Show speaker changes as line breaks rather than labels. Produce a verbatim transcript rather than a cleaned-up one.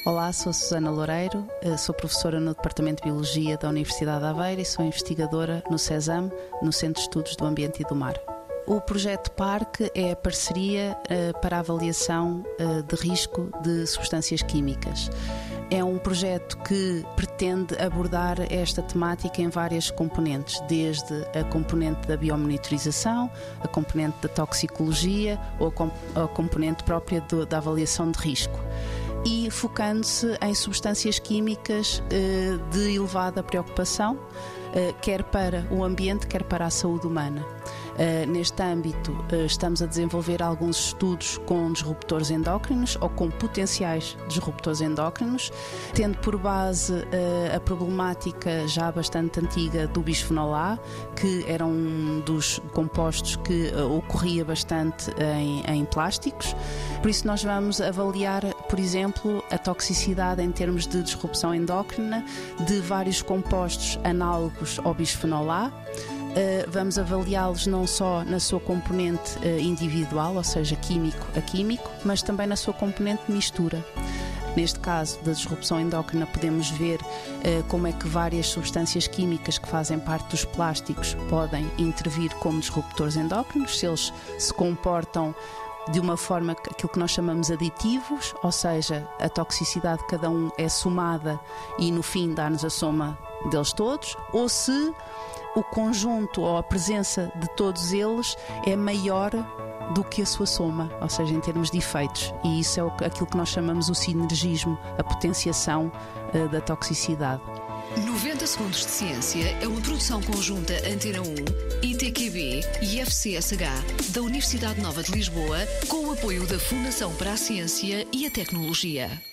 Olá, sou Susana Loureiro, sou professora no Departamento de Biologia da Universidade de Aveiro e sou investigadora no CESAM, no Centro de Estudos do Ambiente e do Mar. O projeto PARC é a parceria uh, para a avaliação uh, de risco de substâncias químicas. É um projeto que pretende abordar esta temática em várias componentes, desde a componente da biomonitorização, a componente da toxicologia ou a, comp- a componente própria do, da avaliação de risco. E focando-se em substâncias químicas eh, de elevada preocupação, eh, quer para o ambiente, quer para a saúde humana. Uh, neste âmbito, uh, estamos a desenvolver alguns estudos com disruptores endócrinos ou com potenciais disruptores endócrinos, tendo por base uh, a problemática já bastante antiga do bisfenol A, que era um dos compostos que uh, ocorria bastante em, em plásticos. Por isso nós vamos avaliar, por exemplo, a toxicidade em termos de disrupção endócrina de vários compostos análogos ao bisfenol A. Uh, vamos avaliá-los não só na sua componente uh, individual, ou seja, químico a químico, mas também na sua componente de mistura. Neste caso da disrupção endócrina podemos ver uh, como é que várias substâncias químicas que fazem parte dos plásticos podem intervir como disruptores endócrinos, se eles se comportam de uma forma, aquilo que nós chamamos aditivos, ou seja, a toxicidade de cada um é somada e no fim dá-nos a soma deles todos, ou se o conjunto ou a presença de todos eles é maior do que a sua soma, ou seja, em termos de efeitos. E isso é aquilo que nós chamamos o sinergismo, a potenciação uh, da toxicidade.
noventa Segundos de Ciência é uma produção conjunta Antena um, I T Q B e F C S H da Universidade Nova de Lisboa, com o apoio da Fundação para a Ciência e a Tecnologia.